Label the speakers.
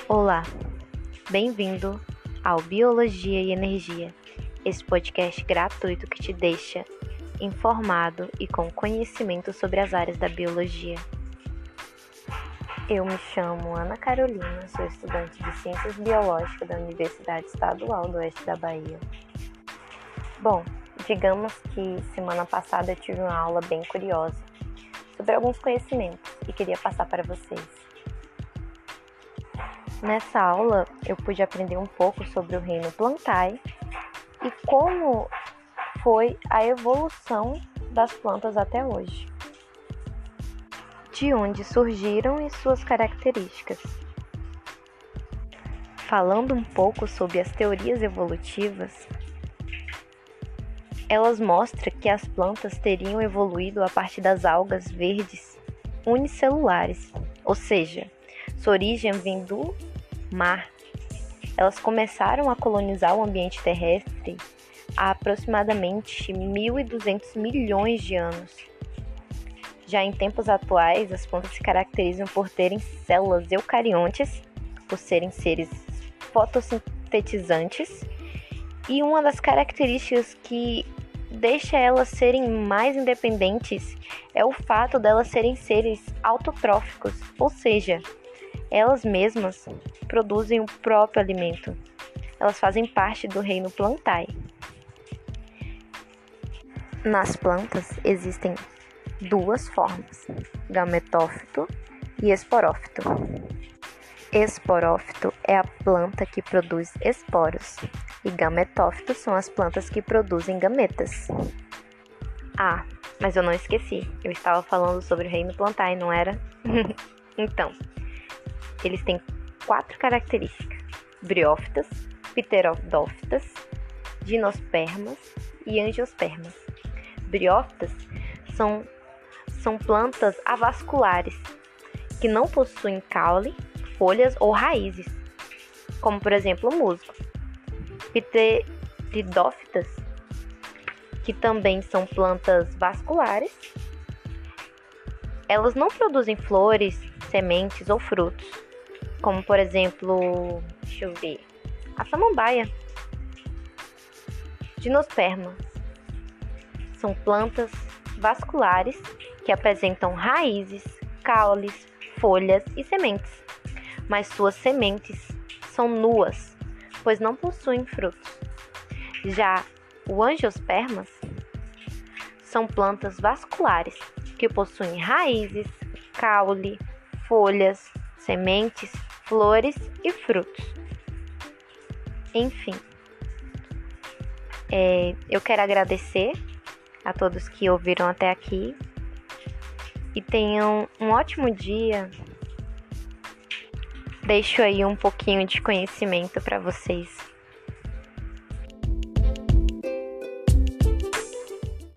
Speaker 1: Olá, bem-vindo ao Biologia e Energia, esse podcast gratuito que te deixa informado e com conhecimento sobre as áreas da biologia. Eu me chamo Ana Carolina, sou estudante de Ciências Biológicas da Universidade Estadual do Oeste da Bahia. Bom, digamos que semana passada eu tive uma aula bem curiosa sobre alguns conhecimentos e queria passar para vocês. Nessa aula, eu pude aprender um pouco sobre o reino Plantae e como foi a evolução das plantas até hoje, de onde surgiram e suas características. Falando um pouco sobre as teorias evolutivas, elas mostram que as plantas teriam evoluído a partir das algas verdes unicelulares, ou seja, sua origem vem do mar. Elas começaram a colonizar o ambiente terrestre há aproximadamente 1.200 milhões de anos. Já em tempos atuais, as plantas se caracterizam por terem células eucariontes, por serem seres fotossintetizantes, e uma das características que deixa elas serem mais independentes é o fato delas serem seres autotróficos, ou seja, elas mesmas produzem o próprio alimento. Elas fazem parte do reino Plantae. Nas plantas existem duas formas, gametófito e esporófito. Esporófito é a planta que produz esporos e gametófito são as plantas que produzem gametas. Ah, mas eu não esqueci, eu estava falando sobre o reino Plantae, não era? Então, eles têm 4 características: briófitas, pterodófitas, gimnospermas e angiospermas. Briófitas são plantas avasculares que não possuem caule, folhas ou raízes, como por exemplo o musgo. Pteridófitas, que também são plantas vasculares, elas não produzem flores, sementes ou frutos, como por exemplo, a samambaia. Gimnospermas são plantas vasculares que apresentam raízes, caules, folhas e sementes, mas suas sementes são nuas, pois não possuem frutos. Já o angiospermas são plantas vasculares que possuem raízes, caule, folhas, sementes, flores e frutos. Enfim, eu quero agradecer a todos que ouviram até aqui e tenham um ótimo dia. Deixo aí um pouquinho de conhecimento para vocês.